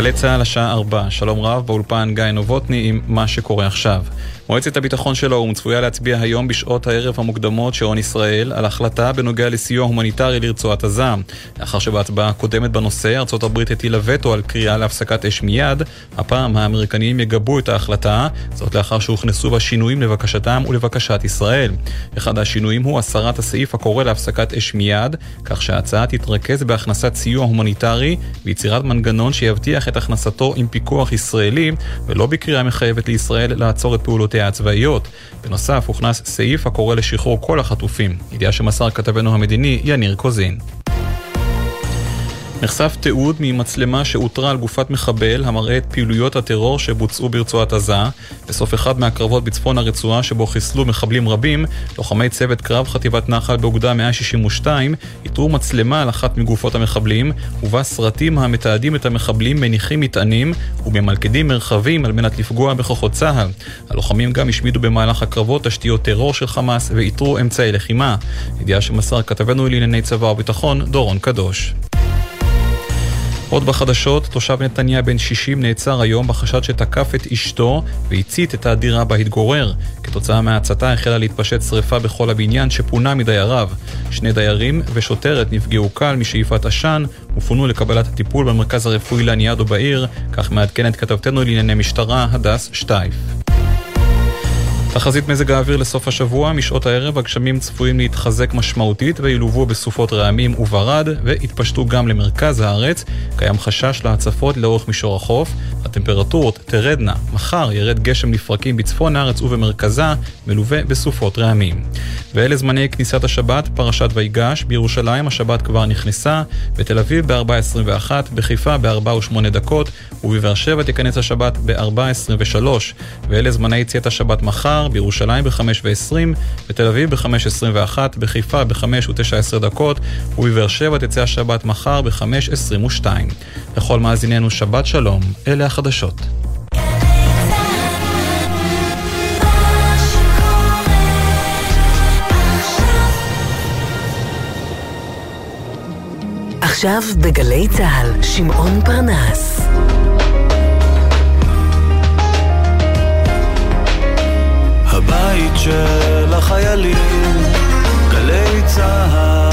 גלי צהל השעה 4, שלום רב, באולפן גיא נובוטני עם מה שקורה עכשיו. מועצת הביטחון של האו"ם צפויה להצביע היום בשעות הערב המוקדמות שעון ישראל על החלטה בנוגע לסיוע הומניטרי לרצועת עזה. לאחר שבהצבעה הקודמת בנושא, ארצות הברית הטילה וטו על קריאה להפסקת אש מיד, הפעם האמריקנים יגבו את ההחלטה, זאת לאחר שהוכנסו בה שינויים לבקשתם ולבקשת ישראל. אחד השינויים הוא הסרת הסעיף הקורא להפסקת אש מיד, כך שההצעה תתרכז בהכנסת סיוע הומניטרי ויצירת מנגנון שיבטיח את הכנסתו עם פיקוח ישראלי, ולא בקריאה מחייבת לישראל לעצור את פעולותיה הצבאיות. בנוסף, הוכנס סעיף הקורא לשחרור כל החטופים. ידיעה שמסר כתבנו המדיני יניר קוזין. נחשף תיעוד ממצלמה שהותרה על גופת מחבל המראה את פעילויות הטרור שבוצעו ברצועת עזה. בסוף אחד מהקרבות בצפון הרצועה שבו חיסלו מחבלים רבים, לוחמי צוות קרב חטיבת נחל באוגדה 162 יתרו מצלמה על אחת מגופות המחבלים, ובה סרטים המתעדים את המחבלים מניחים מטענים וממלכדים מרחבים על מנת לפגוע בכוחות צה"ל. הלוחמים גם השמידו במהלך הקרבות תשתיות טרור של חמאס ויתרו אמצעי לחימה. ידיעה שמסר כתבנו לענייני צבא וביטחון דורון קדוש. עוד בחדשות, תושב נתניה בן 60 נעצר היום בחשד שתקף את אשתו והצית את הדירה בה התגורר. כתוצאה מההצתה החלה להתפשט שריפה בכל הבניין שפונה מדייריו. 2 דיירים ושוטרת נפגעו קל משאיפת עשן ופונו לקבלת הטיפול במרכז הרפואי לניאדו בעיר, כך מעדכנת כתבתנו לענייני משטרה הדס שטייף. תחזית מזג האוויר לסוף השבוע, משעות הערב הגשמים צפויים להתחזק משמעותית וילובו בסופות רעמים וברד והתפשטו גם למרכז הארץ. קיים חשש להצפות לאורך מישור החוף. הטמפרטורות תרדנה, מחר ירד גשם לפרקים בצפון הארץ ובמרכזה, מלווה בסופות רעמים. ואלה זמני כניסת השבת, פרשת ויגש. בירושלים השבת כבר נכנסה, בתל אביב ב-4:21, בחיפה ב-4:08, ובבאר שבע תיכנס השבת ב-4:23. ואלה זמני יציאת השבת מחר, בירושלים ב-5:20, בתל אביב ב-5:21, בחיפה ב-5:19, ובבאר שבע תצא השבת מחר ב-5:22. לכל מאזיננו שבת שלום, אלה החדשות. עכשיו בגלי צהל, שמעון פרנס. הבית של החיילים, גלי צהל.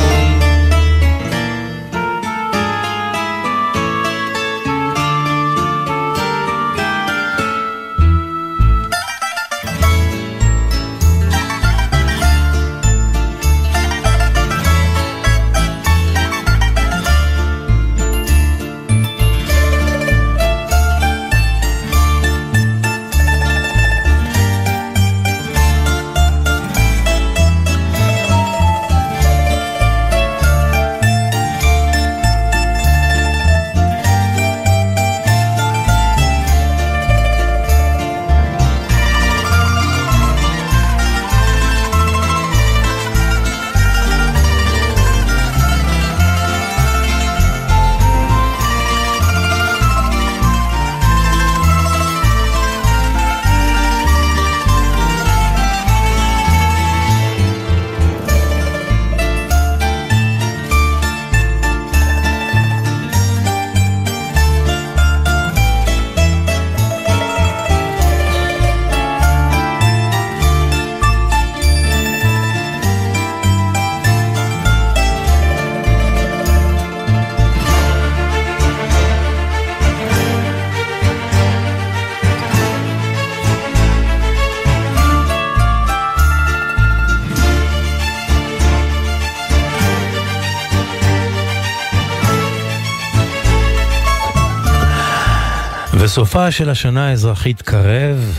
וסופה של השנה האזרחית קרב.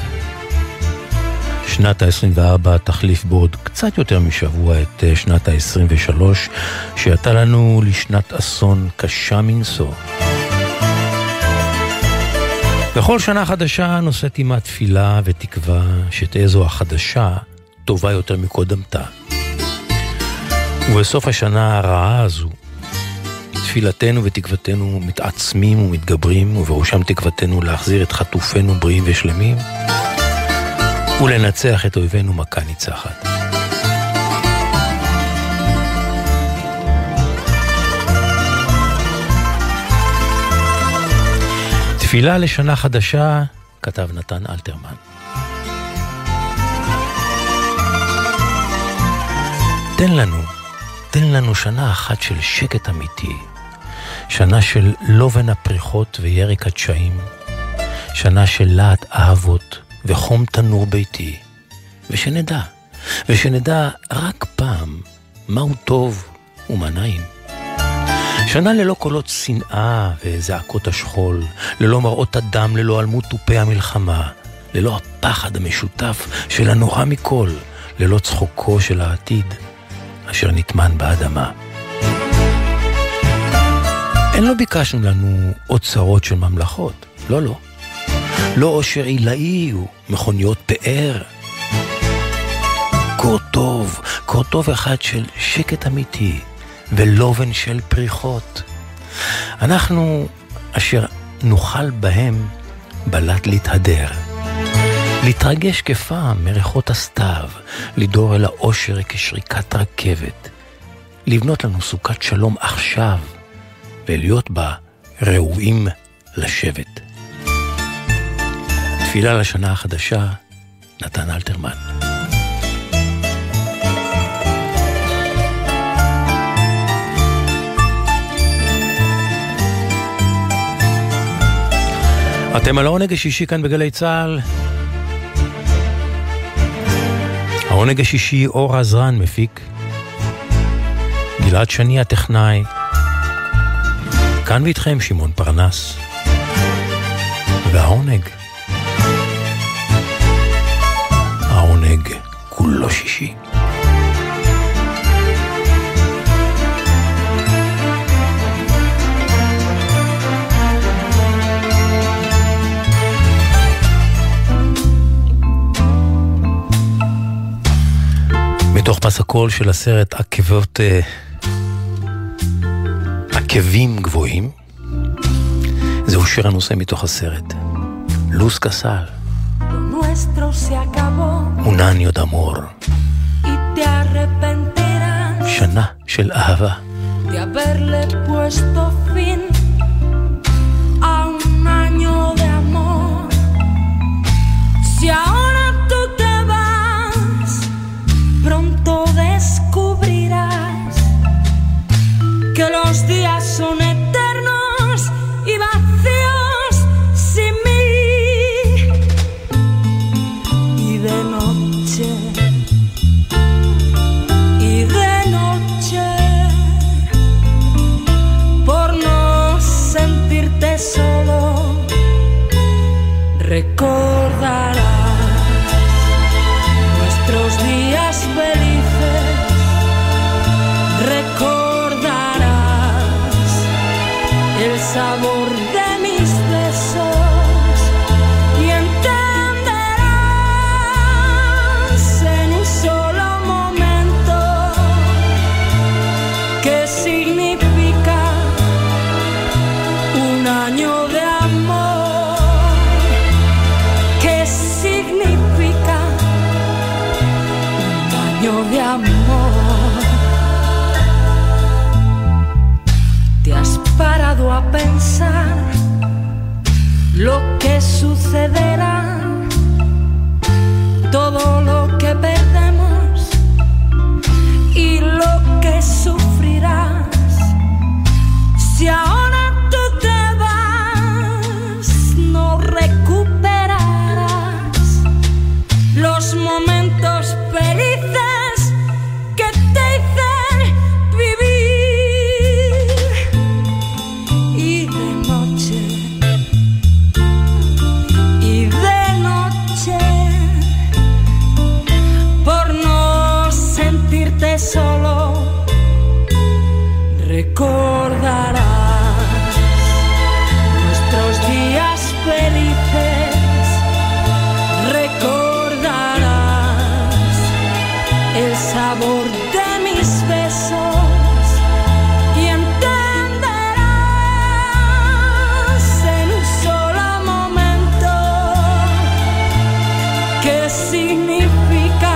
שנת ה-24 תחליף בעוד קצת יותר משבוע את שנת ה-23, שהייתה לנו לשנת אסון קשה מנשוא. בכל שנה חדשה נושאת עימה תפילה ותקווה שתהיה זו החדשה טובה יותר מקודמתה. ובסוף השנה הרעה הזו, תפילתנו ותקוותנו מתעצמים ומתגברים, ובראשם תקוותנו להחזיר את חטופינו בריאים ושלמים, ולנצח את אויבינו מכה ניצחת. תפילה לשנה חדשה, כתב נתן אלתרמן. תן לנו שנה אחת של שקט אמיתי, שנה של לובן הפריחות וירק התשעים, שנה של להט אהבות וחום תנור ביתי, ושנדע רק פעם מהו טוב ומה נעים. שנה ללא קולות שנאה וזעקות השכול, ללא מראות הדם, ללא אלמות תופי המלחמה, ללא הפחד המשותף של הנורא מכל, ללא צחוקו של העתיד אשר נטמן באדמה. לא ביקשנו לנו אוצרות של ממלכות, לא אושר עילאי ומכוניות פאר. קור טוב אחד של שקט אמיתי ולובן של פריחות. אנחנו אשר נוכל בהם בלט להתהדר, להתרגש כפעם מריחות הסתיו, לדור אל האושר כשריקת רכבת, לבנות לנו סוכת שלום עכשיו ולהיות בה ראויים לשבת. תפילה לשנה החדשה, נתן אלתרמן. אתם על העונג השישי כאן בגלי צהל. העונג השישי אור עזרן מפיק, גלעד שני הטכנאי, כאן ואיתכם שמעון פרנס. והעונג כולו שישי. מתוך פס הקול של הסרט עקבים גבוהים, זהו שיר הנושא מתוך הסרט לוז קסל, un año de amor, שנה של אהבה, de haberle puesto fin a un año de amor. Si ahora tú te vas, pronto descubrirás que los días son eternos y vacíos sin mí. Y de noche solo recordarás nuestros días felices, recordarás el sabor de mis besos y entenderás en un solo momento qué significa un año de amor. ¿Qué significa un año de amor? ¿Te has parado a pensar lo que sucederá? Todo lo que perdemos y lo que sufrirás. Si ahora recuperarás los momentos felices que te hice vivir. Y de noche por no sentirte solo, recordarás nuestros días felices, recordarás el sabor de mis besos y entenderás en un solo momento qué significa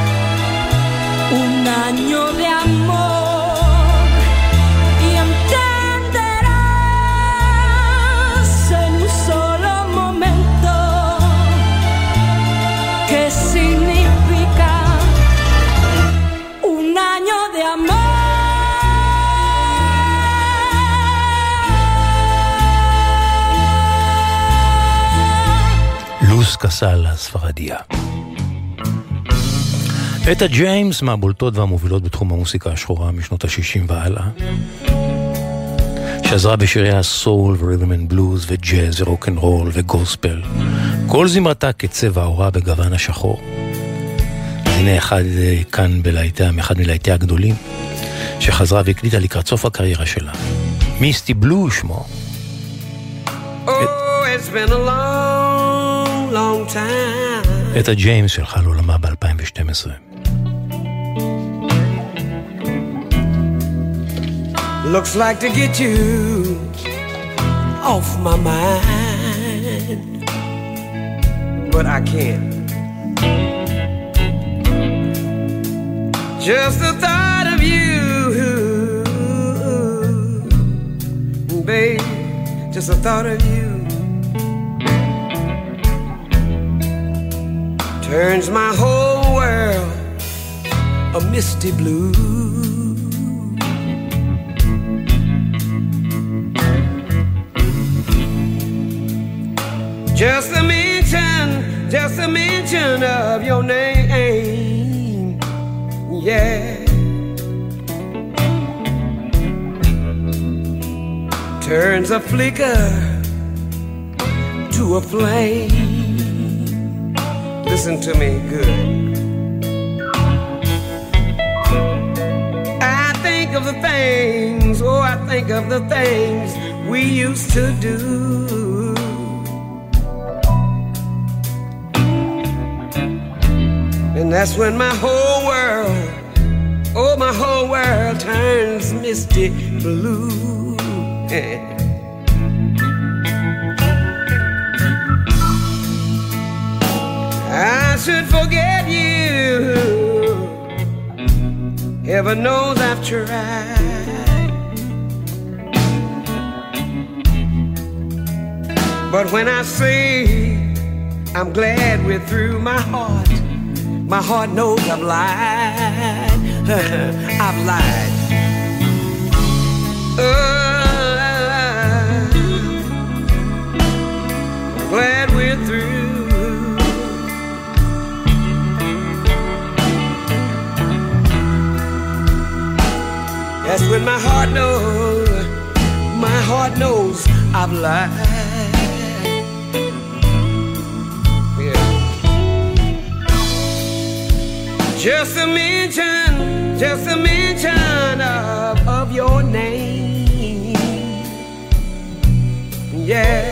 un año de amor. So בלוז קסל הספרדיה. אתה ג'יימס מהבולטות והמובילות בתחום המוסיקה השחורה משנות ה-60 והלאה, שעזרה בשירי הסול ורית'ם אנד בלוז וג'אז ורוק'נ'רול וגוספל, כל זמרתה כצבע האורה בגוון השחור. הנה אחד כאן אחד מלהיטיה הגדולים שחזרה והקליטה לקראת סוף הקריירה שלה, מיסטי בלו שמו. It's been a long, long time. אתה ג'יימס שלחה לעולמה ב-2012. Looks like to get you off my mind, but I can't. Just the thought of you, babe, just the thought of you turns my whole world a misty blue. Just the mention of your name, yeah, turns a flicker to a flame. Listen to me good. I think of the things, oh, I think of the things we used to do. And that's when my whole world, oh, my whole world turns misty blue. I should forget you. Heaven knows I've tried. But when I say I'm glad we're through, my heart knows I've lied. I've lied. Glad we're through. That's when my heart knows I've lied. Yeah. Just a mention of your name, yeah,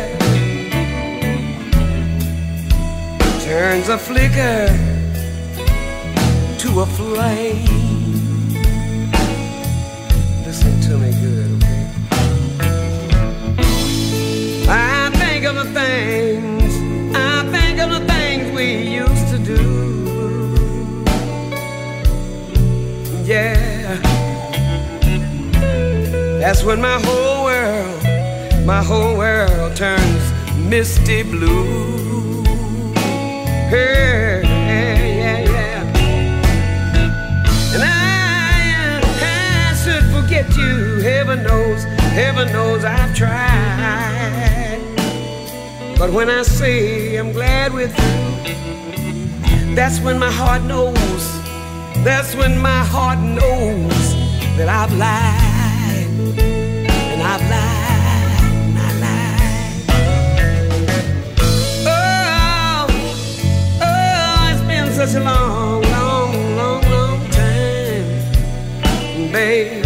turns a flicker to a flame. Listen to me good, okay? I think of the things we used to do, yeah. That's when my whole world turns misty blue. Hey, yeah, yeah. And I should forget you. Heaven knows I've tried. But when I say I'm glad with you, that's when my heart knows. That's when my heart knows that I've lied, and I've lied, and I lied. Oh, it's been such a long time, babe.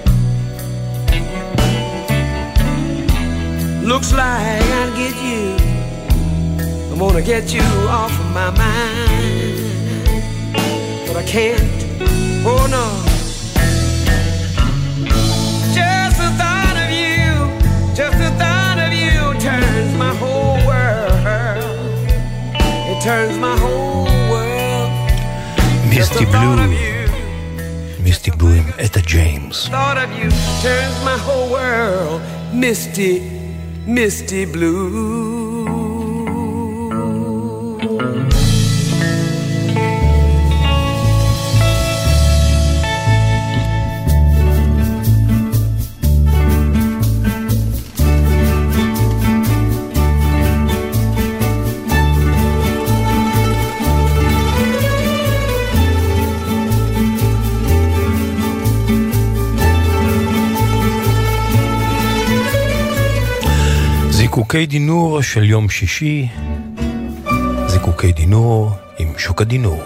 Looks like I'll get you. I'm gonna get you off of my mind, but I can't. Oh no. Just the thought of you turns my whole world. It turns my whole world. מיסטי בלו, מיסטי בלו עם אתה ג'יימס. Thought of you turns my whole world misty blue. זיקוקי דינור של יום שישי, זיקוקי דינור עם שוק הדינור.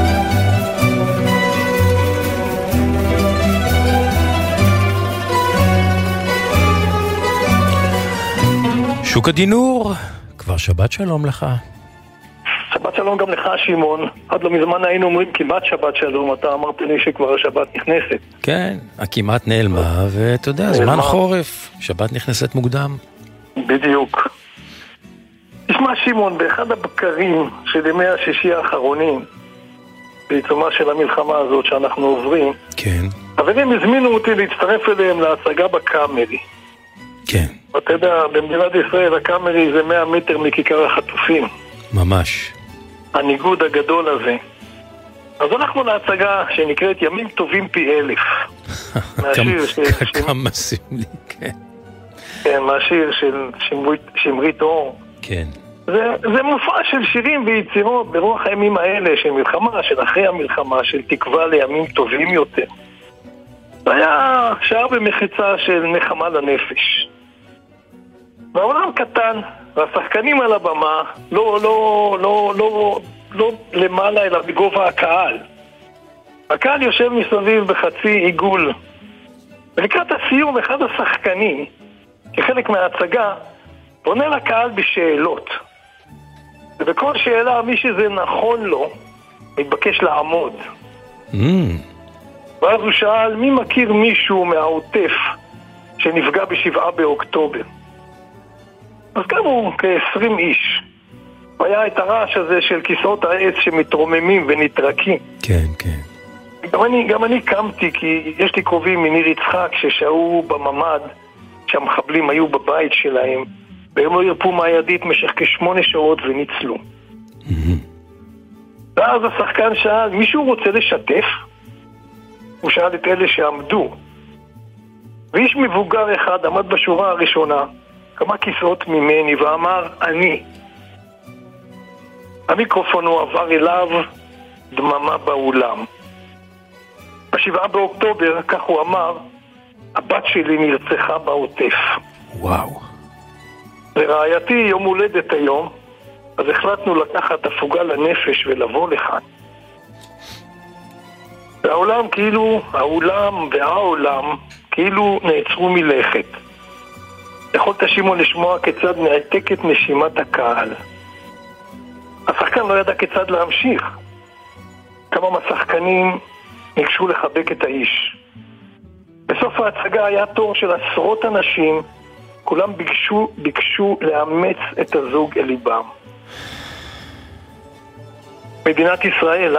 שוק הדינור, כבר שבת שלום לך. שבת שלום גם לך, שמעון. עד לא מזמן היינו אומרים כמעט שבת שלום, אתה אמרת לי שכבר השבת נכנסת. כן, הכמעט נעלמה, ואתה יודע, זמן חורף, שבת נכנסת מוקדם. בדיוק. תשמע, שמעון, באחד הבקרים של ימי השישי האחרונים, בעיצומה של המלחמה הזאת שאנחנו עוברים, כן. חברים הזמינו אותי להצטרף אליהם להצגה בקאמרי. כן. אתה יודע, במדינת ישראל הקאמרי זה 100 מטר מכיכר החטופים. ממש. הניגוד הגדול הזה. אז הלכנו להצגה שנקראת ימים טובים פי 1000. כמה סמלי, כן. כן, מהשיר של שמרית אור. כן. זה מופע של שירים ויצירות ברוח הימים האלה של מלחמה, של אחרי המלחמה, של תקווה לימים טובים יותר. זה היה שעה במחיצה של נחמה לנפש. והעולם קטן, והשחקנים על הבמה לא למעלה אלא בגובה הקהל. הקהל יושב מסביב בחצי עיגול. ולקראת הסיום אחד השחקנים, כחלק מההצגה, פונה לקהל בשאלות. ובכל שאלה מי שזה נכון לו, מתבקש לעמוד. ואז הוא שאל, מי מכיר מישהו מהעוטף שנפגע ב7 באוקטובר? אז קמו כ-20 איש. והיה את הרעש הזה של כיסאות העץ שמתרוממים ונתרקים. כן, כן. גם אני קמתי, כי יש לי קרובים מניר יצחק ששהו בממד, שהמחבלים היו בבית שלהם, והם לא ירפו מהידית משך כ8 שעות וניצלו. ואז השחקן שאל, מישהו רוצה לשתף? הוא שאל את אלה שעמדו. ואיש מבוגר אחד עמד בשורה הראשונה, כמה כיסאות ממני, ואמר, אני. המיקרופון הוא עבר אליו, דממה באולם. ב7 באוקטובר, כך הוא אמר, הבת שלי נרצחה בעוטף. וואו. לרעייתי יום הולדת היום, אז החלטנו לקחת הפוגה לנפש ולבוא לכאן. והעולם כאילו, העולם כאילו נעצרו מלכת. יכולת שמעון לשמוע כיצד נעתקת נשימת הקהל. השחקן לא ידע כיצד להמשיך. כמה מהשחקנים ניגשו לחבק את האיש. בסוף ההצגה היה תור של עשרות אנשים, כולם ביקשו לאמץ את הזוג אל ליבם. מדינת ישראל,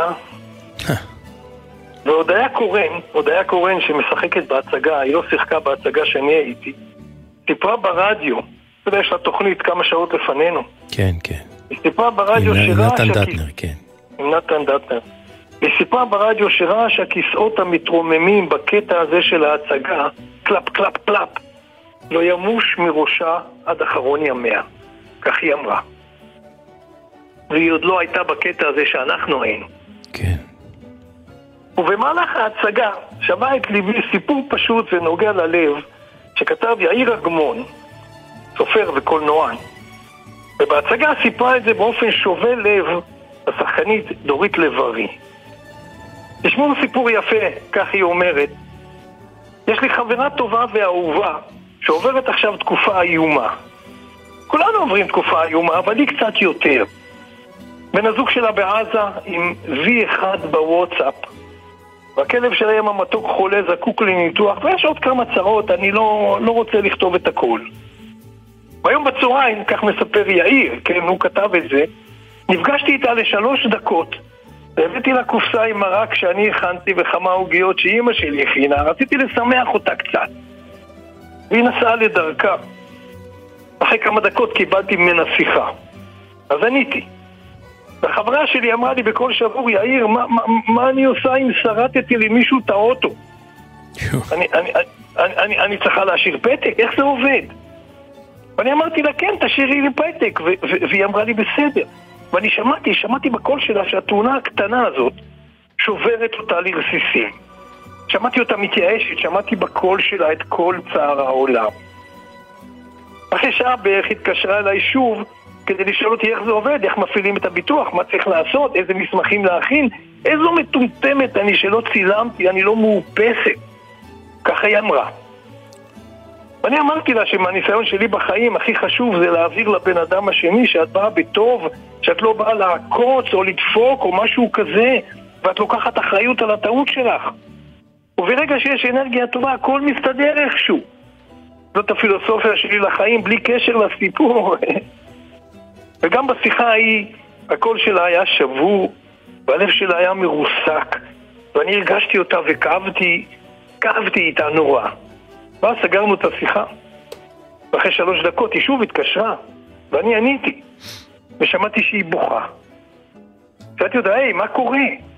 והודיה קורן שמשחקת בהצגה, היא לא שיחקה בהצגה שאני הייתי, סיפרה ברדיו, אתה יודע, יש לה תוכנית כמה שעות לפנינו. כן, כן. היא סיפרה ברדיו עם נתן דטנר, כן. עם נתן דטנר. היא סיפרה ברדיו שראה שהכיסאות המתרוממים בקטע הזה של ההצגה, קלאפ, קלאפ, קלאפ, לא ימוש מראשה עד אחרון ימיה. כך היא אמרה. והיא עוד לא הייתה בקטע הזה שאנחנו היינו. כן. ובמהלך ההצגה שווה את ליבי סיפור פשוט ונוגע ללב שכתב יאיר אגמון, סופר וקולנוען. ובהצגה סיפרה את זה באופן שובה לב השחקנית דורית לב-ארי. תשמעו סיפור יפה, כך היא אומרת. יש לי חברה טובה ואהובה שעוברת עכשיו תקופה איומה. כולנו עוברים תקופה איומה, אבל היא קצת יותר. בן הזוג שלה בעזה עם V1 בוואטסאפ. והכלב שלהם המתוק חולה זקוק לניתוח, ויש עוד כמה צרות, אני לא רוצה לכתוב את הכל. והיום בצהריים, כך מספר יאיר, כן, הוא כתב את זה, נפגשתי איתה ל3 דקות, והבאתי לה קופסה עם מרק שאני הכנתי וכמה עוגיות שאימא שלי הכינה, רציתי לשמח אותה קצת. והיא נסעה לדרכה. אחרי כמה דקות קיבלתי ממנה שיחה. אז עניתי. והחברה שלי אמרה לי בכל שבור, יאיר, מה אני עושה אם שרטתי למישהו את האוטו? אני צריכה להשאיר פתק? איך זה עובד? ואני אמרתי לה, כן, תשאירי לי פתק. והיא אמרה לי, בסדר. ואני שמעתי בקול שלה שהתאונה הקטנה הזאת שוברת אותה לרסיסים. שמעתי אותה מתייאשת, שמעתי בקול שלה את כל צער העולם. אחרי שעה בערך התקשרה אליי שוב כדי לשאול אותי איך זה עובד, איך מפעילים את הביטוח, מה צריך לעשות, איזה מסמכים להכין. איזו מטומטמת אני שלא צילמתי, אני לא מאופסת. ככה היא אמרה. ואני אמרתי לה שמהניסיון שלי בחיים הכי חשוב זה להעביר לבן אדם השני שאת באה בטוב, שאת לא באה לעקוץ או לדפוק או משהו כזה, ואת לוקחת אחריות על הטעות שלך. וברגע שיש אנרגיה טובה הכל מסתדר איכשהו. זאת הפילוסופיה שלי לחיים בלי קשר לסיפור. וגם בשיחה ההיא הקול שלה היה שבור והלב שלה היה מרוסק, ואני הרגשתי אותה וכאבתי איתה נורא. ואז סגרנו את השיחה, ואחרי 3 דקות היא שוב התקשרה ואני עניתי ושמעתי שהיא בוכה. שאלתי אותה, היי, מה קורה?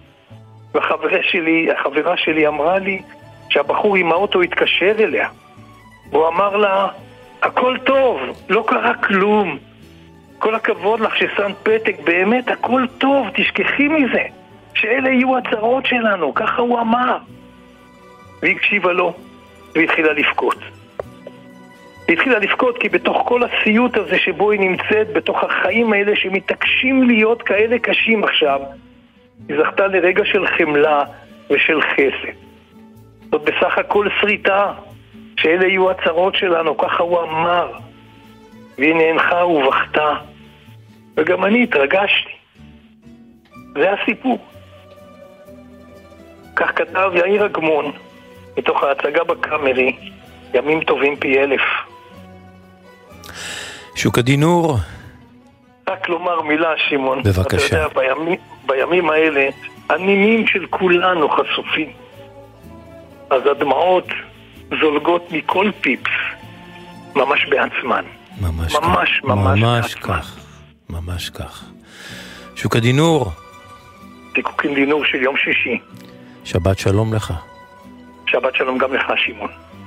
והחברה שלי אמרה לי שהבחור עם האוטו התקשר אליה, והוא אמר לה, הכל טוב, לא קרה כלום, כל הכבוד לך ששמת פתק, באמת הכל טוב, תשכחי מזה, שאלה יהיו הצרות שלנו, ככה הוא אמר. והיא הקשיבה לו והתחילה לבכות. היא התחילה לבכות כי בתוך כל הסיוט הזה שבו היא נמצאת, בתוך החיים האלה שמתעקשים להיות כאלה קשים עכשיו, היא זכתה לרגע של חמלה ושל חסד. זאת בסך הכל שריטה, שאלה יהיו הצרות שלנו, ככה הוא אמר. והיא נאנחה ובכתה, וגם אני התרגשתי. זה הסיפור. כך כתב יאיר אגמון מתוך ההצגה בקאמרי, ימים טובים פי 1000. שוק הדינור. רק לומר מילה, שמעון. בבקשה. אתה יודע, בימים האלה הנימים של כולנו חשופים, אז הדמעות זולגות מכל פיפס, ממש בעצמן. ממש כך. ממש כך. שוק הדינור. תיקוקין דינור של יום שישי. שבת שלום לך. שבת שלום גם לך, שמעון.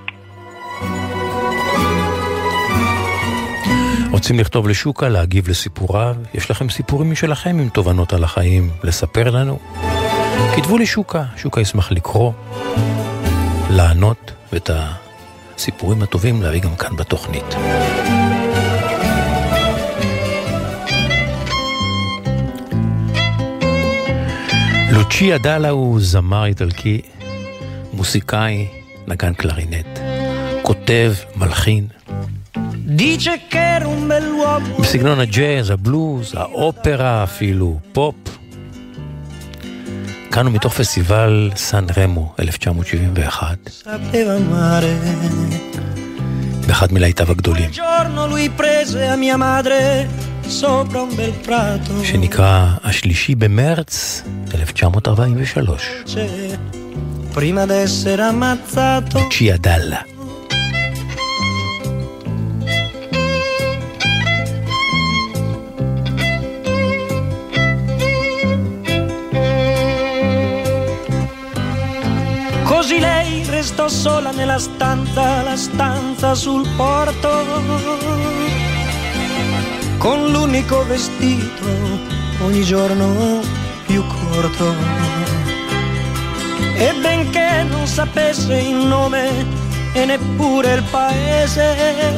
רוצים לכתוב לשוקה, להגיב לסיפוריו? יש לכם סיפורים משלכם עם תובנות על החיים לספר לנו? כתבו לי שוקה, שוקה ישמח לקרוא, לענות, ואת הסיפורים הטובים להביא גם כאן בתוכנית. לוצ'יה דאלה הוא זמר איטלקי, מוסיקאי, נגן קלרינט, כותב, מלחין. בסגנון הג'אז, הבלוז, האופרה אפילו, פופ. כאן הוא מתוך פסטיבל סן רמו 1971, באחד מלהיטיו הגדולים, שנקרא 3 במרץ 1943. לוצ'יה דאלה. Così lei restò sola nella stanza, la stanza sul porto, con l'unico vestito ogni giorno più corto. E benché non sapesse il nome e neppure il paese,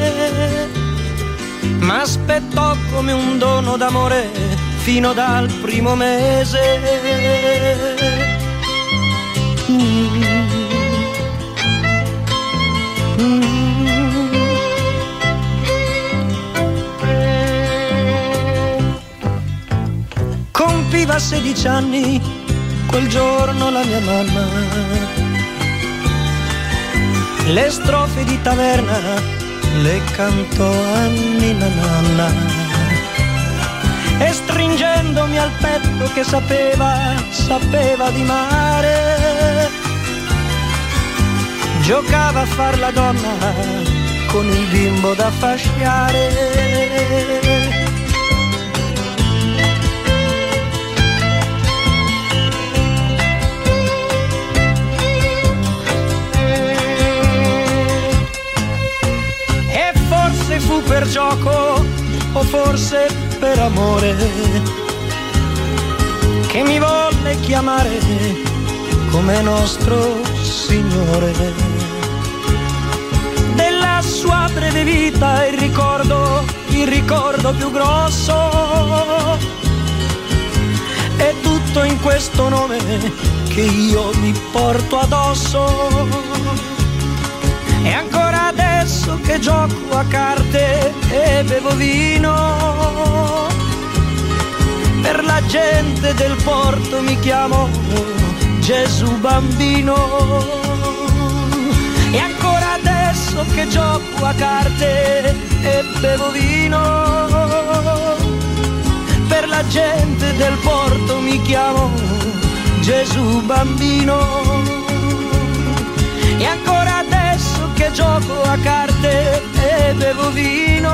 ma aspettò come un dono d'amore fino dal primo mese. Compiva 16 anni quel giorno la mia mamma, le strofe di taverna le cantò a Nina Nanna, e stringendomi al petto che sapeva di mare, giocava a far la donna con il bimbo da fasciare. E forse fu per gioco o forse per amore che mi volle chiamare come nostro Signore. Della sua breve vita il ricordo più grosso. È tutto in questo nome che io mi porto addosso. E ancora adesso che gioco a carte e bevo vino, per la gente del porto mi chiamo Gesù bambino. E ancora adesso che gioco a carte e bevo vino, per la gente del porto mi chiamo Gesù bambino. E ancora adesso che gioco a carte e bevo vino,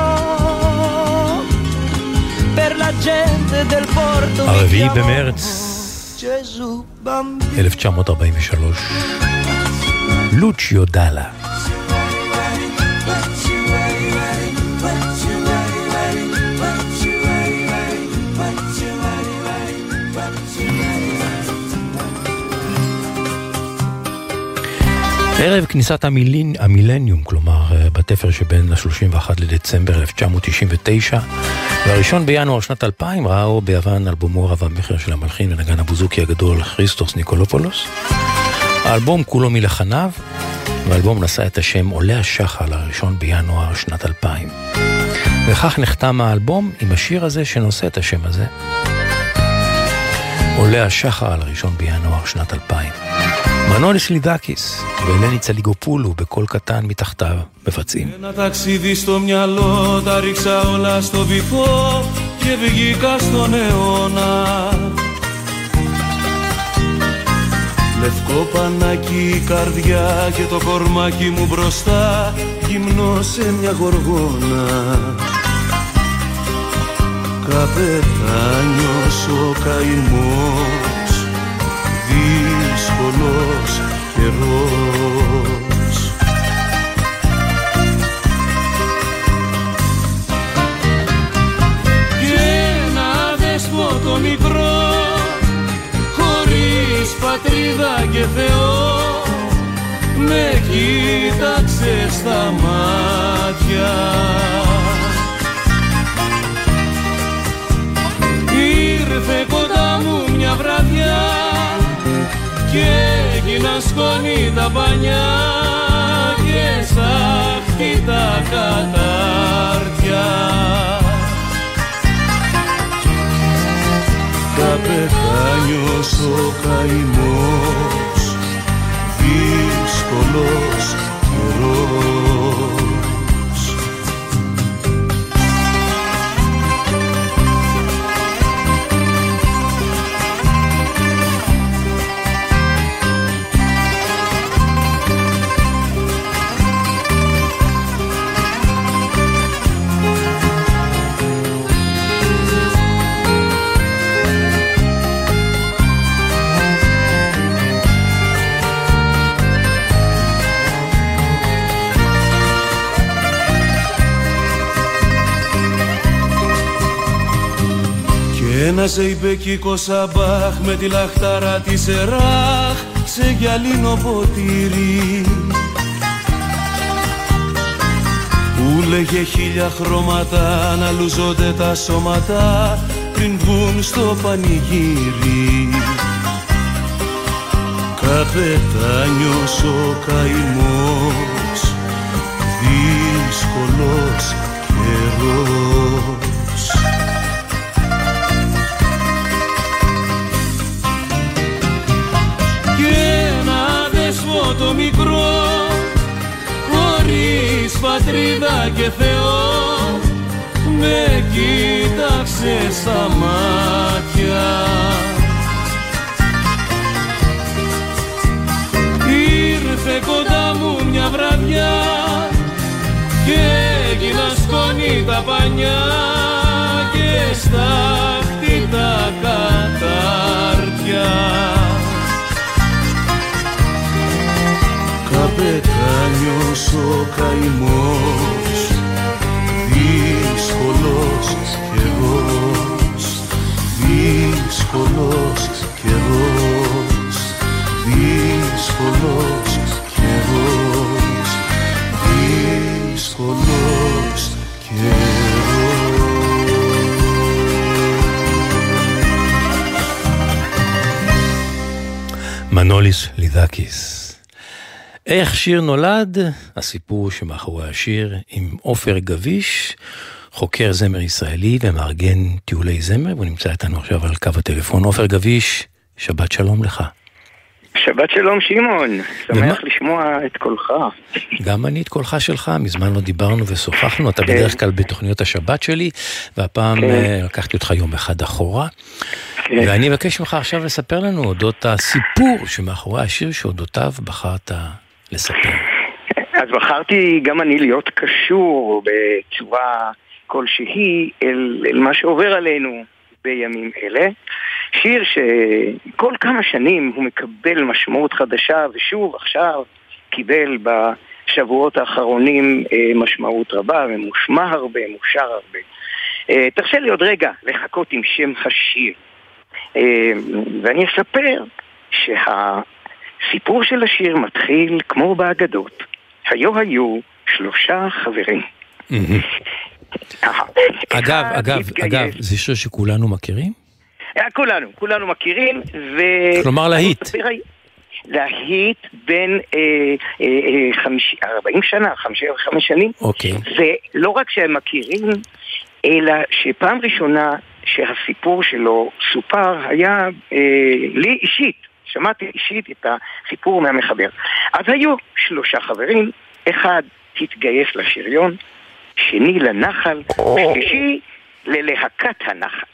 per la gente del porto mi הרביעי chiamo במרץ Gesù bambino. 1943, לוציו דאלה. ערב כניסת המילניום, כלומר בתפר שבין ה-31 לדצמבר 1999 והראשון בינואר שנת 2000, ראה אור ביוון אלבומו רב המחיר של המלחין ונגן הבוזוקי הגדול כריסטוס ניקולופולוס. האלבום כולו מלחניו, והאלבום נשא את השם עולה השחר לראשון בינואר שנת 2000. וכך נחתם האלבום עם השיר הזה שנושא את השם הזה, עולה השחר על הראשון בינואר שנת 2000. מנוליס לידקיס ואלני צליגופולו בקול קטן מתחתיו מבצעים. Ένα ταξίδι στο μυαλό, τα ρίξα όλα στο βυθό και βγήκα στον αιώνα. Λευκό πανάκι η καρδιά και το κορμάκι μου μπροστά, γυμνό σε μια γοργόνα. Καπετάνιος ο καημός, δύσκολος καιρός. Και ένα δεσπότο μικρό, χωρίς πατρίδα και Θεό, με κοίταξε στα μάτια. Ήρθε κοντά μου μια βραδιά και έγινα σκόνη τα πανιά και σάχτη τα κατάρτια. Καπετάνιος ο καημός, δύσκολος καιρός. Ένα ζεϊμπεκικό σαμπάχ με τη λαχτάρα τη Σεράχ σε γυαλίνο ποτήρι που λέγε χίλια χρώματα να λουζώνται τα σώματα πριν βγουν στο πανηγύρι. Καπετάνιος ο καημός, δύσκολος καιρός. Το μικρό, χωρίς πατρίδα και Θεό, με κοίταξε στα μάτια. Ήρθε κοντά μου μια βραδιά και έγινα σκόνη τα πανιά και στάχτη τα κατάρτια. Καπετάνιος ο καημός, δύσκολος καιρός, δύσκολος καιρός, δύσκολος καιρός, δύσκολος מנוליס לידקיס. איך שיר נולד? הסיפור שמאחורי השיר עם עופר גביש, חוקר זמר ישראלי ומארגן טיולי זמר, והוא נמצא איתנו עכשיו על קו הטלפון. עופר גביש, שבת שלום לך. שבת שלום שמעון, שמח לשמוע את קולך. גם אני את קולך שלך, מזמן לא דיברנו ושוחחנו, אתה בדרך כלל בתוכניות השבת שלי, והפעם לקחתי אותך יום אחד אחורה, ואני מבקש ממך עכשיו לספר לנו אודות הסיפור שמאחורי השיר שאודותיו בחרת לספר. אז בחרתי גם אני להיות קשור בצורה כלשהי אל מה שעובר עלינו בימים אלה. שיר שכל כמה שנים הוא מקבל משמעות חדשה, ושוב עכשיו קיבל בשבועות האחרונים משמעות רבה, ומושמע הרבה, מושר הרבה. תרשה לי עוד רגע לחכות עם שם השיר, ואני אספר שהסיפור של השיר מתחיל כמו באגדות. היו 3 חברים. אגב, זה שיר שכולנו מכירים? כולנו מכירים. כלומר להיט. להיט בין 40 שנה, 55 שנים. אוקיי. ולא רק שהם מכירים, אלא שפעם ראשונה שהסיפור שלו סופר היה לי אישית. שמעתי אישית את הסיפור מהמחבר. אז היו 3 חברים, אחד התגייס לשריון, שני לנחל, שלישי ללהקת הנחל.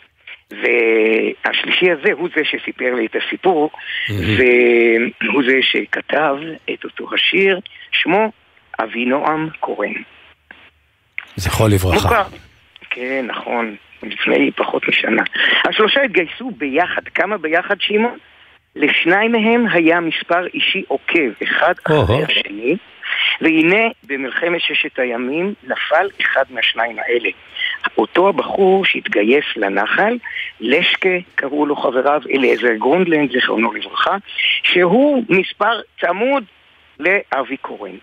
והשלישי הזה הוא זה שסיפר לי את הסיפור, והוא זה שכתב את אותו השיר, שמו אבינועם קורן. זכרו לברכה. כן, נכון, לפני פחות משנה. 3 התגייסו ביחד. כמה ביחד, שמעון? ל2 מהם היה מספר אישי עוקב, אחד אחרי השני, והנה במלחמת 6 הימים נפל אחד מהשניים האלה. אותו הבחור שהתגייס לנחל, לשקה קראו לו חבריו, אליעזר גרונדלנד, זכרונו לברכה, שהוא מספר צמוד לאבי קורן.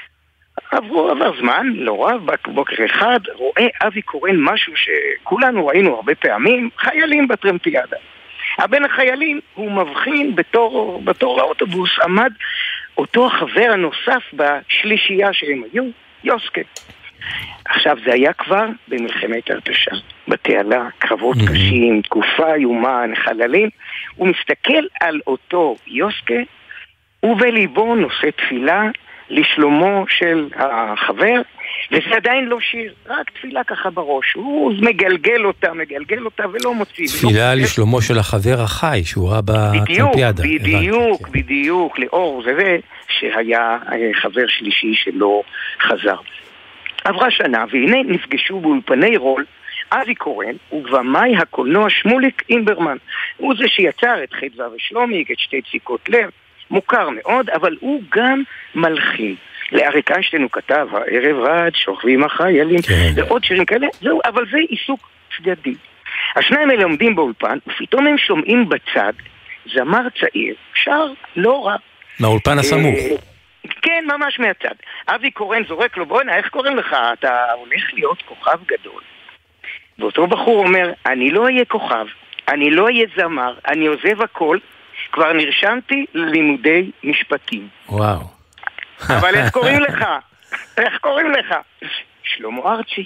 עבר זמן, לא רב, בוקר אחד רואה אבי קורן משהו שכולנו ראינו הרבה פעמים, חיילים בטרמפיאדה. בין החיילים הוא מבחין בתור לאוטובוס עמד אותו החבר הנוסף בשלישייה שהם היו, יוסקה. עכשיו זה היה כבר במלחמת הרתשה, בתעלה, קרבות קשים, תקופה איומה, חללים. הוא מסתכל על אותו יוסקה ובליבו נושא תפילה לשלומו של החבר, וזה עדיין לא שיר, רק תפילה ככה בראש. הוא מגלגל אותה ולא מוציא. תפילה לשלומו של החבר החי שהוא ראה בטרמפיאדה. בדיוק, לאור זה שהיה חבר שלישי שלא חזר. עברה שנה, והנה נפגשו באולפני רול אבי קורן ובמאי הקולנוע שמוליק אימברמן. הוא זה שיצר את חדווה ושלומיק, את 2 דפיקות לב, מוכר מאוד, אבל הוא גם מלחין. לאריק איינשטיין הוא כתב הערב עד שוכבים החיילים, ועוד שירים כאלה. זהו, אבל זה עיסוק צדדי. השניים האלה עומדים באולפן, ופתאום הם שומעים בצד זמר צעיר, שר לא רע. מהאולפן הסמוך. כן, ממש מהצד. אבי קורן זורק לו, בוא'נה, איך קוראים לך? אתה הולך להיות כוכב גדול. ואותו בחור אומר, אני לא אהיה כוכב, אני לא אהיה זמר, אני עוזב הכל, כבר נרשמתי ללימודי משפטים. וואו. אבל איך קוראים לך? איך קוראים לך? שלמה ארצי.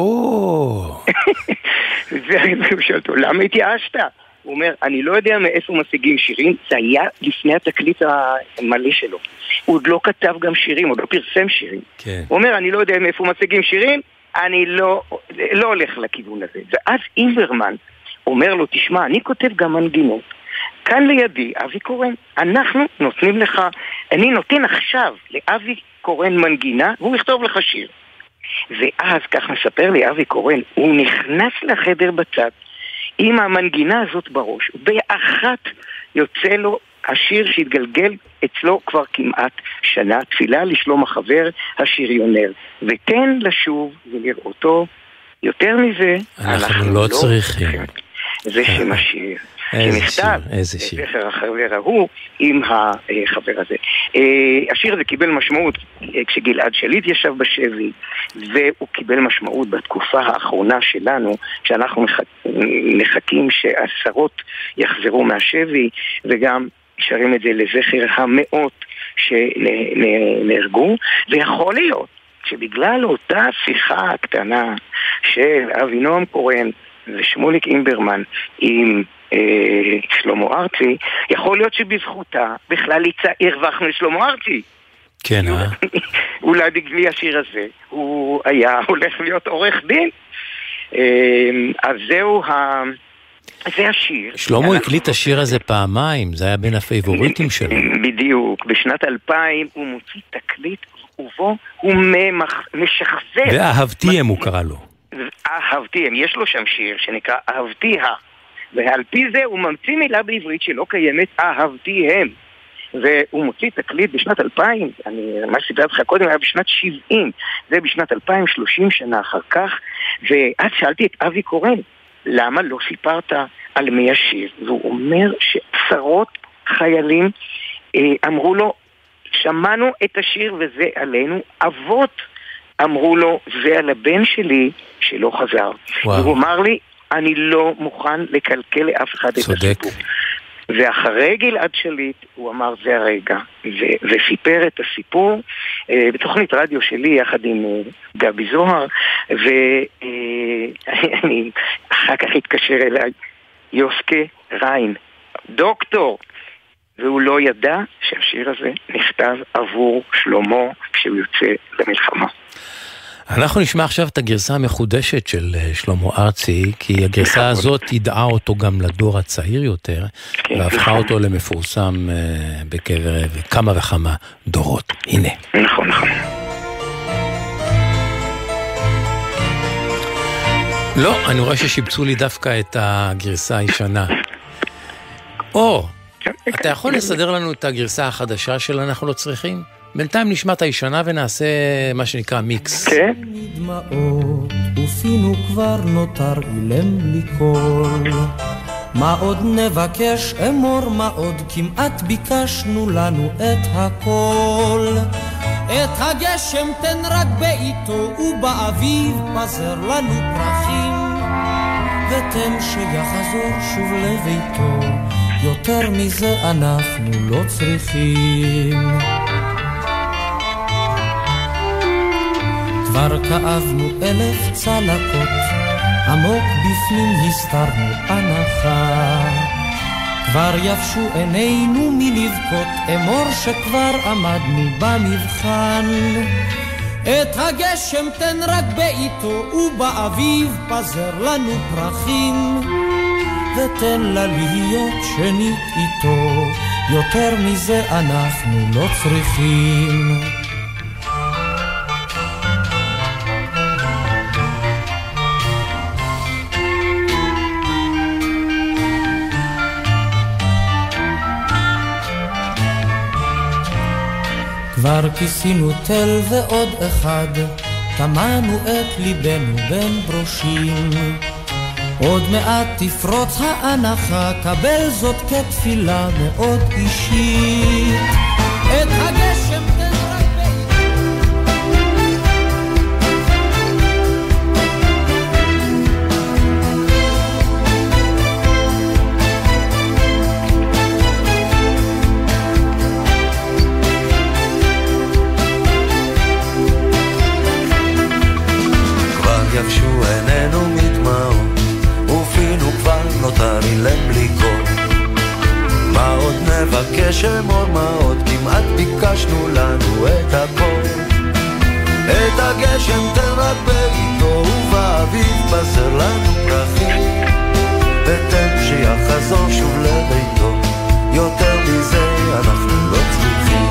והוא שואל אותו, למה התייאשת? הוא אומר, אני לא יודע מאיפה משיגים שירים, זה היה לפני התקליט המלא שלו. הוא עוד לא כתב גם שירים, עוד לא פרסם שירים. כן. הוא אומר, אני לא יודע מאיפה משיגים שירים, אני לא הולך לכיוון הזה. ואז אימברמן אומר לו, תשמע, אני כותב גם מנגינות. כאן לידי, אבי קורן, אנחנו נותנים לך, אני נותן עכשיו לאבי קורן מנגינה, והוא יכתוב לך שיר. ואז, כך מספר לי אבי קורן, הוא נכנס לחדר בצד, עם המנגינה הזאת בראש, באחת יוצא לו השיר שהתגלגל אצלו כבר כמעט שנה, תפילה לשלום החבר השריונר, ותן לשוב ולראותו. יותר מזה אנחנו לא צריכים. זה שם השיר שנכתב בזכר החבר ההוא עם החבר הזה. השיר הזה קיבל משמעות כשגלעד שליט ישב בשבי, והוא קיבל משמעות בתקופה האחרונה שלנו, שאנחנו מחכים שעשרות יחזרו מהשבי, וגם שרים את זה לזכר המאות שנהרגו, ויכול להיות שבגלל אותה שיחה הקטנה של אבינועם קורן ושמוליק אימברמן עם שלמה ארצי, יכול להיות שבזכותה בכלל הרווחנו את שלמה ארצי. כן, אולי בגלל השיר הזה הוא היה הולך להיות עורך דין. אז זה השיר. שלמה הקליט השיר הזה פעמיים, זה היה בין הפייבוריטים שלו. בדיוק, בשנת 2000 הוא מוציא תקליט ובו הוא משחזר. ואהבתיהם הוא קרא לו. אהבתיהם, יש לו שם שיר שנקרא אהבתיה, ועל פי זה הוא ממציא מילה בעברית שלא קיימת, אהבתיהם. והוא מוציא תקליט בשנת 2000, מה שסיפרתי לך קודם היה בשנת 70, זה בשנת 2000, 30 שנה אחר כך, ואז שאלתי את אבי קורן, למה לא סיפרת על מי השיר? והוא אומר שעשרות חיילים אמרו לו, שמענו את השיר וזה עלינו, אבות אמרו לו, זה על הבן שלי שלא חזר. והוא אמר לי, אני לא מוכן לקלקל לאף אחד את הסיפור. ואחרי גלעד שליט הוא אמר זה הרגע, וסיפר את הסיפור בתוכנית רדיו שלי יחד עם גבי זוהר, ואני אחר כך התקשר אליי יוסקה ריין, דוקטור, והוא לא ידע שהשיר הזה נכתב עבור שלמה כשהוא יוצא למלחמה. אנחנו נשמע עכשיו את הגרסה המחודשת של שלמה ארצי, כי הגרסה הזאת ידעה אותו גם לדור הצעיר יותר, והפכה אותו למפורסם בקבר כמה וכמה דורות. הנה. נכון. לא, אני רואה ששיבצו לי דווקא את הגרסה הישנה. אתה יכול לסדר לנו את הגרסה החדשה של אנחנו לא צריכים? בינתיים נשמע את הישנה ונעשה מה שנקרא מיקס. כן. מדמעות ופינו כבר נותר אילם בלי קול. מה עוד נבקש אמור, מה עוד כמעט ביקשנו לנו את הכל. את הגשם תן רק בעיתו ובאביב פזר לנו פרחים, ותן שיחזור שוב לביתו, יותר מזה אנחנו לא צריכים. כבר כאבנו 1000 צלקות, עמוק בפנים הסתרנו הנחה. כבר יפשו עינינו מלבכות, אמור שכבר עמדנו במבחן. את הגשם תן רק בעיתו ובאביב פזר לנו פרחים, ותן לה להיות שנית איתו, יותר מזה אנחנו לא צריכים. כבר כיסינו תל ועוד אחד, טמנו את ליבנו בין ברושים. עוד מעט תפרוץ ההנחה, קבל זאת כתפילה מאוד אישית. את הגשם תן רק יבשו עינינו מדמעות ופינו כבר נותר אילם בלי קול. מה עוד נבקש אמור, מה עוד כמעט ביקשנו לנו את הכל. את הגשם תן רק בעיתו ובאביב פזר לנו פרחים, ותן שיחזור שוב לביתו, יותר מזה אנחנו לא צריכים.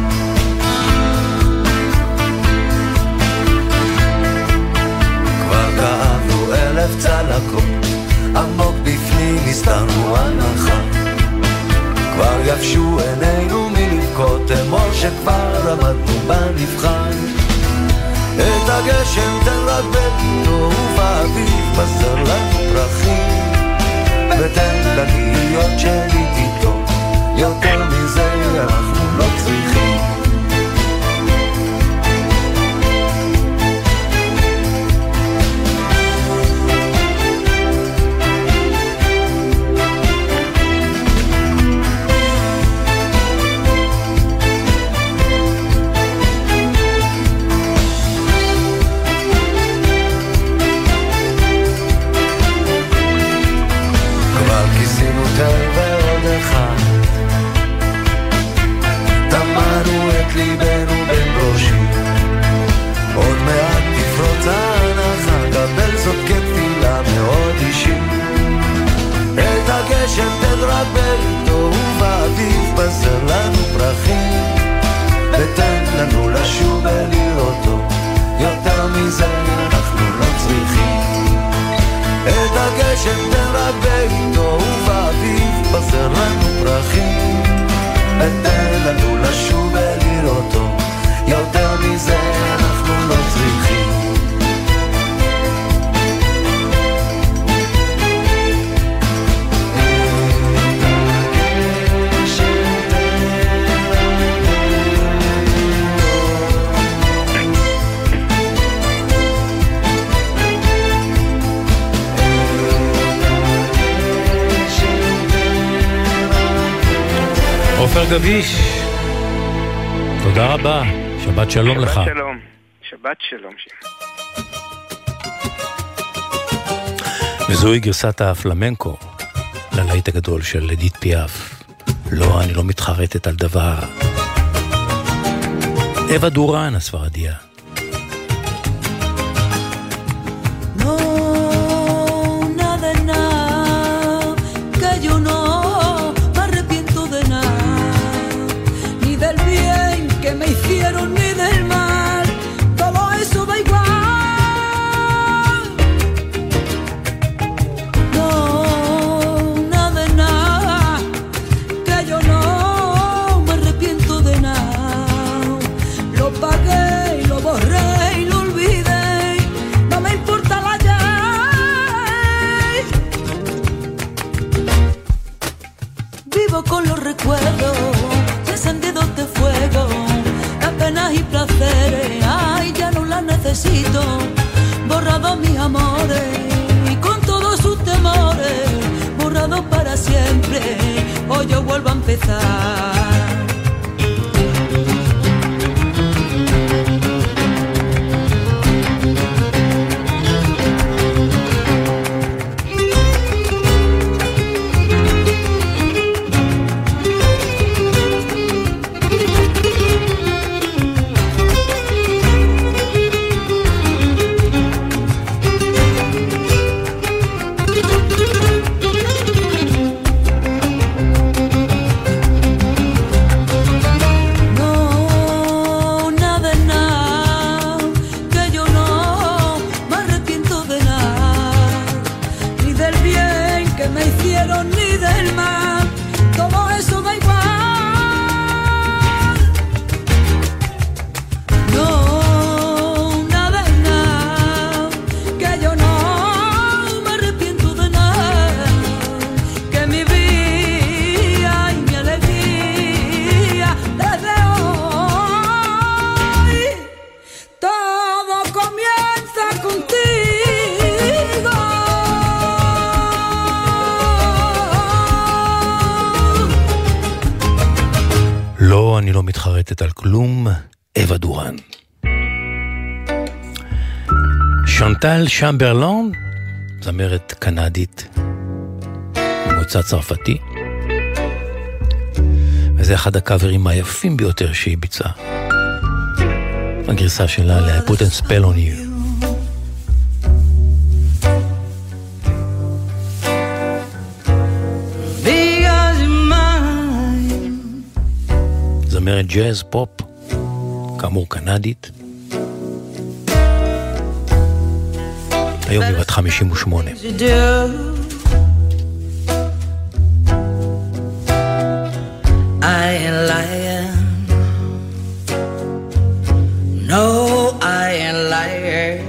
כאבנו 1000 צלקות, עמוק בפנים הסתרנו הנחה. כבר יבשו עינינו מלבכות, אמור שכבר עמדנו במבחן. את הגשם תן רק בעיתו ובאביב פזר לנו פרחים, ותן לה להיות שנית איתו, יותר מזה אנחנו לא צריכים. הגשם תדרבה איתו ובאביב בזר לנו פרחים ותן לנו לשוב ולראותו יותר מזה אנחנו לא צריכים את הגשם תדרבה איתו ובאביב בזר לנו פרחים ותן לנו לשוב ולראותו יותר מזה אנחנו לא צריכים עופר גביש, תודה רבה, שבת שלום לך. שבת שלום, שבת שלום. וזוהי גרסת הפלמנקו ללהיט הגדול של אדית פיאף. לא, אני לא מתחרטת על דבר. אווה דורן הספרדיה. Con los recuerdos encendidos de fuego, las penas y placeres, ay, ya no las necesito, borrados mis amores y con todos sus temores, borrados para siempre, hoy yo vuelvo a empezar. אני לא מתחרטת על כלום, אווה דורן. שאנטל שמברלן, זמרת קנדית, ממוצא צרפתי, וזה אחד הקאברים היפים ביותר שהיא ביצעה. הגרסה שלה ל-Put a Spell on You. זמרת ג'אז פופ, כאמור קנדית. היום היא בת 58. I ain't lying. No, I ain't lying.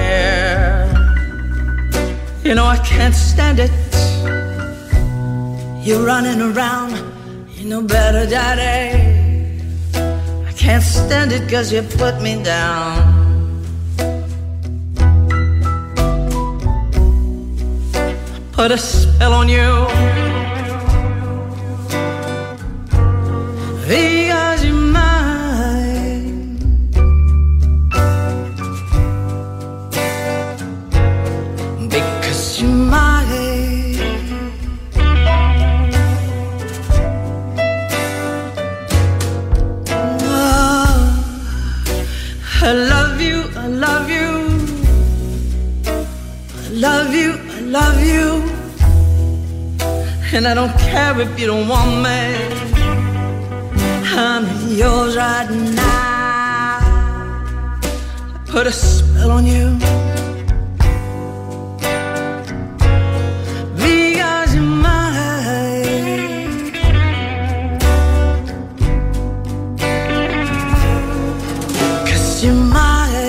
You know I can't stand it. You're running around, you know better, Daddy. I can't stand it 'cause you put me down. Put a spell on you. Because you're mine. Because you're mine. Oh, I love you, I love you. I love you, I love you. And I don't care if you don't want me, I'm yours right now. I put a spell on you, because you're mine. 'Cause you're mine.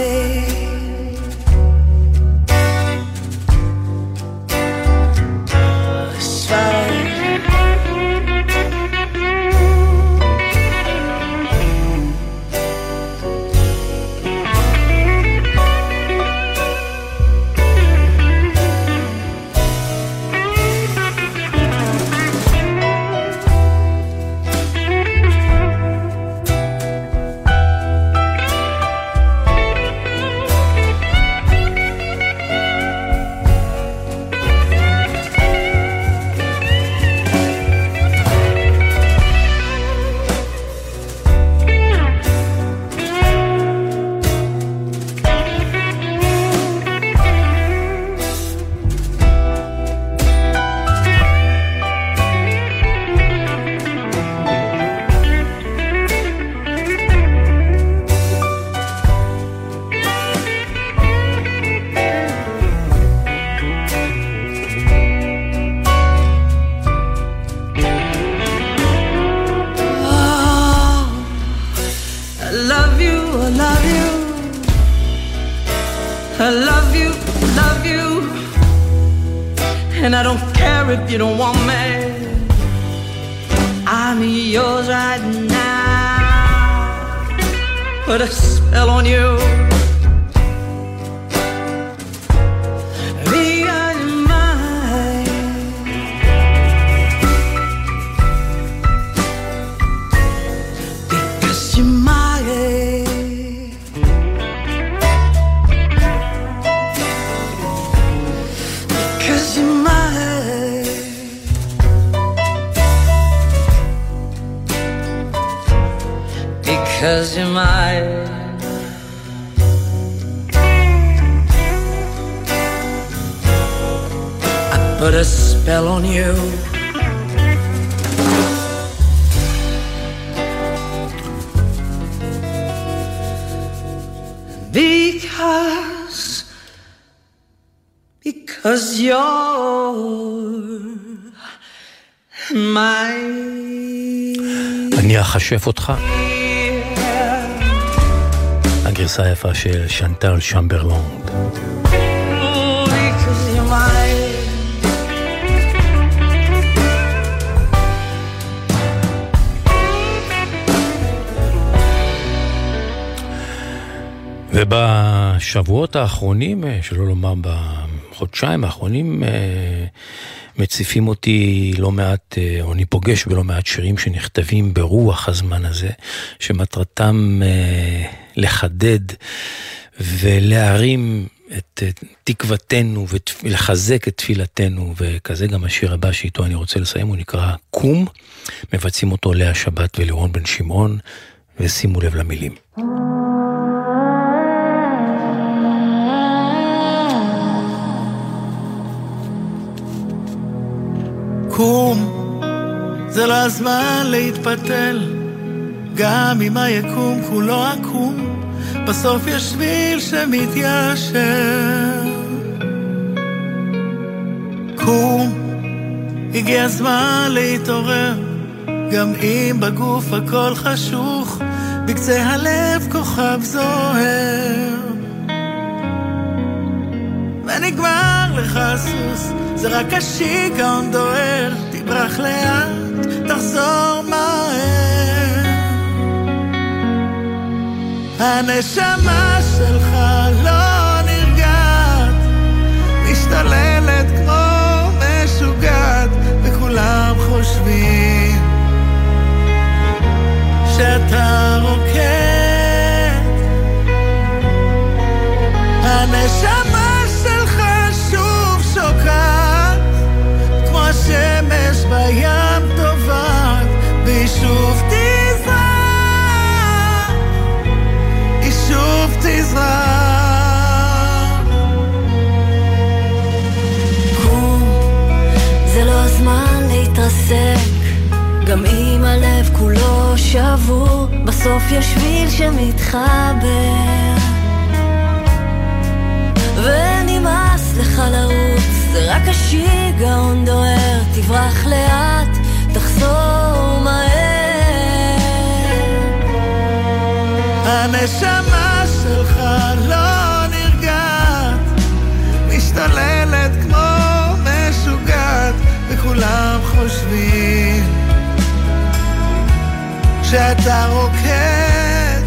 And I don't care if you don't want me, I'm yours right now. Put a spell on you, because you're mine. Because you're mine. Because you're mine. Because you're mine. I put a spell on you. Because you're mine. אני אחשף אותך. הגרסה היפה של שנטל שמברלנד. ובשבועות האחרונים, שלא לומר בחודשיים האחרונים, מציפים אותי לא מעט, או אני פוגש בלא מעט שירים שנכתבים ברוח הזמן הזה, שמטרתם לחדד ולהרים את תקוותנו ולחזק את תפילתנו, וכזה גם השיר הבא שאיתו אני רוצה לסיים, הוא נקרא קום, מבצעים אותו לאה שבת ולירון בן שמעון, ושימו לב למילים. קום, זה לא הזמן להתפתל, גם אם היקום כולו עקום, בסוף יש שביל שמתיישר. קום, הגיע הזמן להתעורר, גם אם בגוף הכל חשוך, בקצה הלב כוכב זוהר. ונגמר לך סוס, זה רק השיגעון דוהר, תברח לאט, תחזור מהר. הנשמה שלך לא נרגעת, משתוללת כמו משוגעת, וכולם חושבים שאתה רוקד. הנשמה שלך שוב שוקעת, כמו השמש בים טובעת, והיא שוב תזרח, היא שוב תזרח. קום, זה לא הזמן להתרגש, גם אם הלב כולו שבור, בסוף יש שביל שמתחבר. ונמאס לך לרוץ, זה רק השיגעון דוהר, תברח לאט, תחזור מהר. הנשמה שלך לא נרגעת, משתוללת כמו משוגעת, וכולם חושבים שאתה רוקד.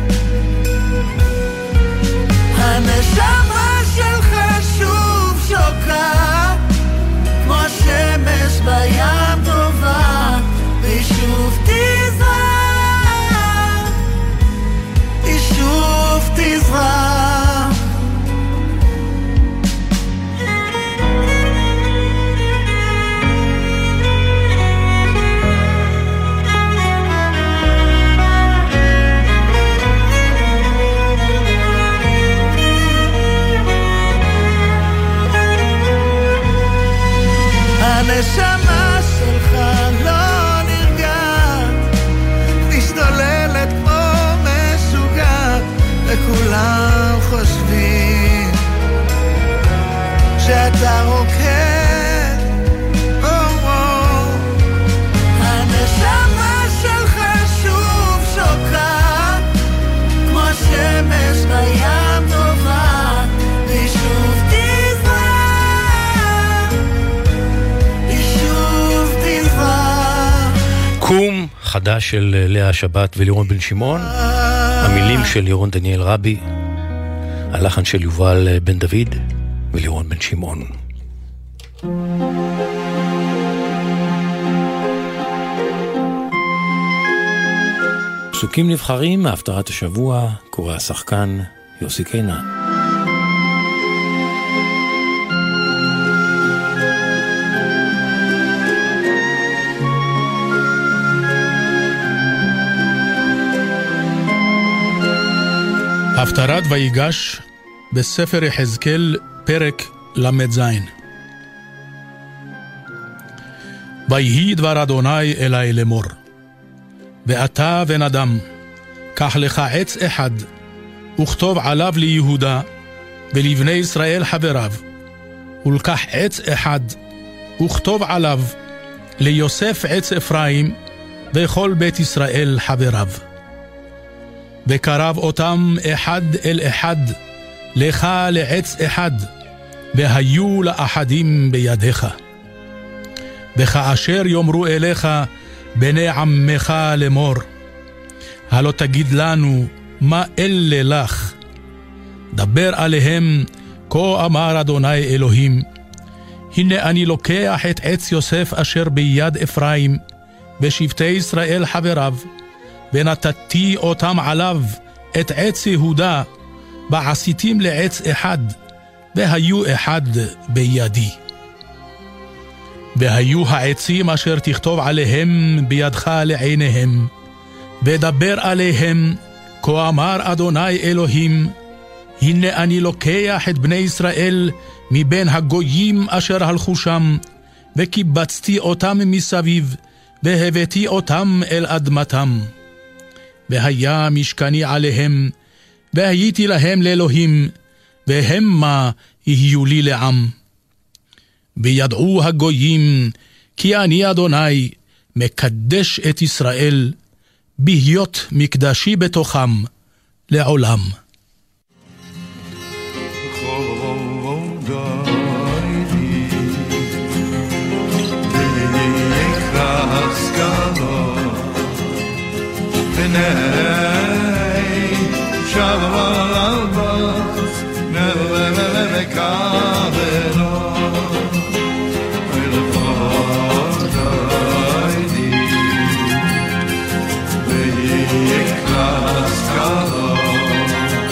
הנשמה שלך שוב שוקעת, כמו שמש בים טובה, ושוב תזרח, ושוב תזרח. הנשמה שלך לא נרגעת, משתוללת כמו משוגעת, וכולם חושבים שאתה רוקד. הנשמה שלך שוב שוקעת, כמו שמש בים טובה, ושוב קום חדש של לאה שבת ולירון בן שמעון, המילים של ירון דניאל רבי, הלחן של יובל בן דוד ולירון בן שמעון. פסוקים נבחרים מהפטרת השבוע, קורא השחקן יוסי קינן. הפטרת ויגש בספר יחזקאל פרק למ"ז. ויהי דבר אדוני אלי לאמור, ואתה בן אדם, קח לך עץ אחד וכתוב עליו ליהודה ולבני ישראל חבריו, ולקח עץ אחד וכתוב עליו ליוסף עץ אפרים וכל בית ישראל חבריו, וקרב אותם אחד אל אחד לך לעץ אחד, והיו לאחדים בידיך. וכאשר יאמרו אליך בני עמך לאמור, הלא תגיד לנו מה אלה לך, דבר עליהם כה אמר אדוני אלוהים, הנה אני לוקח את עץ יוסף אשר ביד אפרים ושבטי ישראל חבריו, ונתתי אותם עליו את עץ יהודה, ועשיתים לעץ אחד, והיו אחד בידי. והיו העצים אשר תכתוב עליהם בידך לעיניהם, ודבר עליהם, כה אמר אדוני אלוהים, הנה אני לוקח את בני ישראל מבין הגויים אשר הלכו שם, וקיבצתי אותם מסביב, והבאתי אותם אל אדמתם. והיה משכני עליהם, והייתי להם לאלוהים, והמה יהיו לי לעם. וידעו הגויים, כי אני אדוני מקדש את ישראל, בהיות מקדשי בתוכם לעולם. Come on.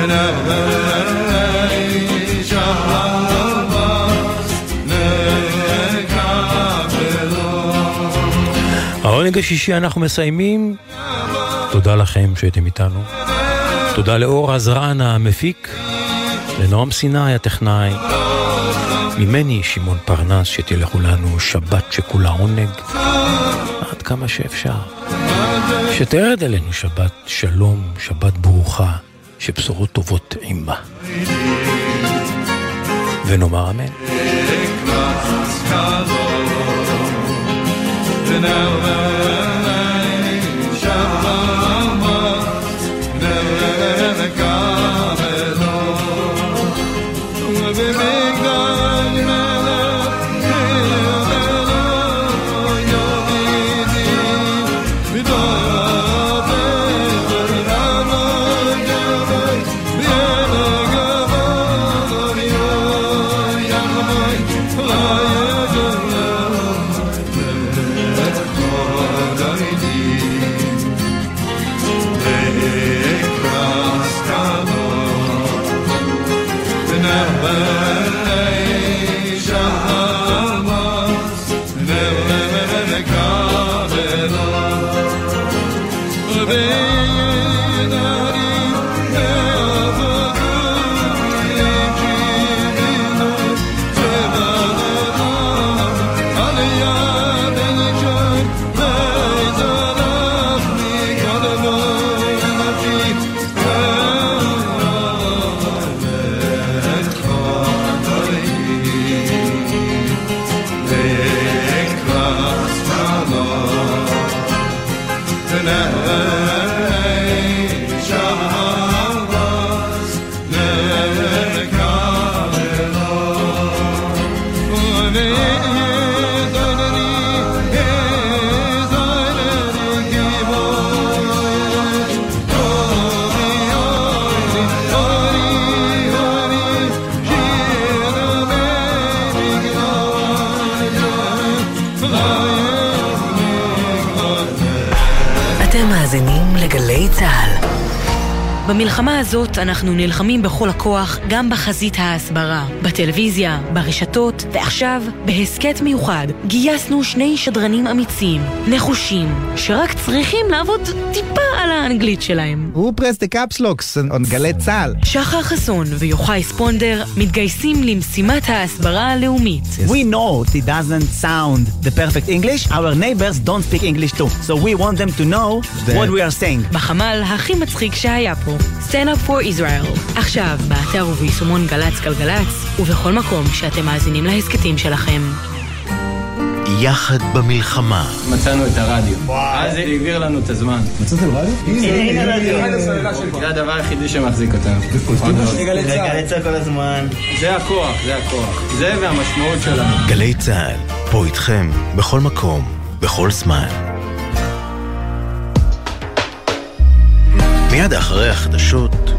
העונג השישי אנחנו מסיימים. תודה לכם שהייתם איתנו. תודה לאור עזרן המפיק, לנועם סיני הטכנאי, ממני שמעון פרנס, שתלכו לנו שבת שכולה עונג עד כמה שאפשר, שתרד אלינו שבת שלום, שבת ברוכה, שבשורות טובות עימה, ונאמר אמן. גלי צהל. במלחמה הזאת אנחנו נלחמים בכל הכוח, גם בחזית ההסברה, בטלוויזיה, ברשתות, ועכשיו, בהסקט מיוחד, גייסנו 2 שדרנים אמיצים, נחושים, שרק צריכים לעבוד טיפה על האנגלית שלהם. הוא press the caps locks on גלי צהל. שחר חסון ויוחאי ספונדר מתגייסים למשימת ההסברה הלאומית. We know it doesn't sound the perfect English. Our neighbors don't speak English too. So we want them to know what we are saying. בחמ"ל הכי מצחיק שהיה פה. Stand up for Israel. עכשיו, באתר וביישומון גלץ גלגלץ, ובכל מקום שאתם מאזינים להסקטים שלכם. יחד במלחמה. מצאנו את הרדיו. אז זה העביר לנו את הזמן. מצאתם רדיו? הנה הרדיו. זה הדבר היחידי שמחזיק אותנו. גלי צהל כל הזמן. זה הכוח, זה הכוח. זה והמשמעות שלנו. גלי צהל, פה איתכם, בכל מקום, בכל זמן. מיד אחרי החדשות,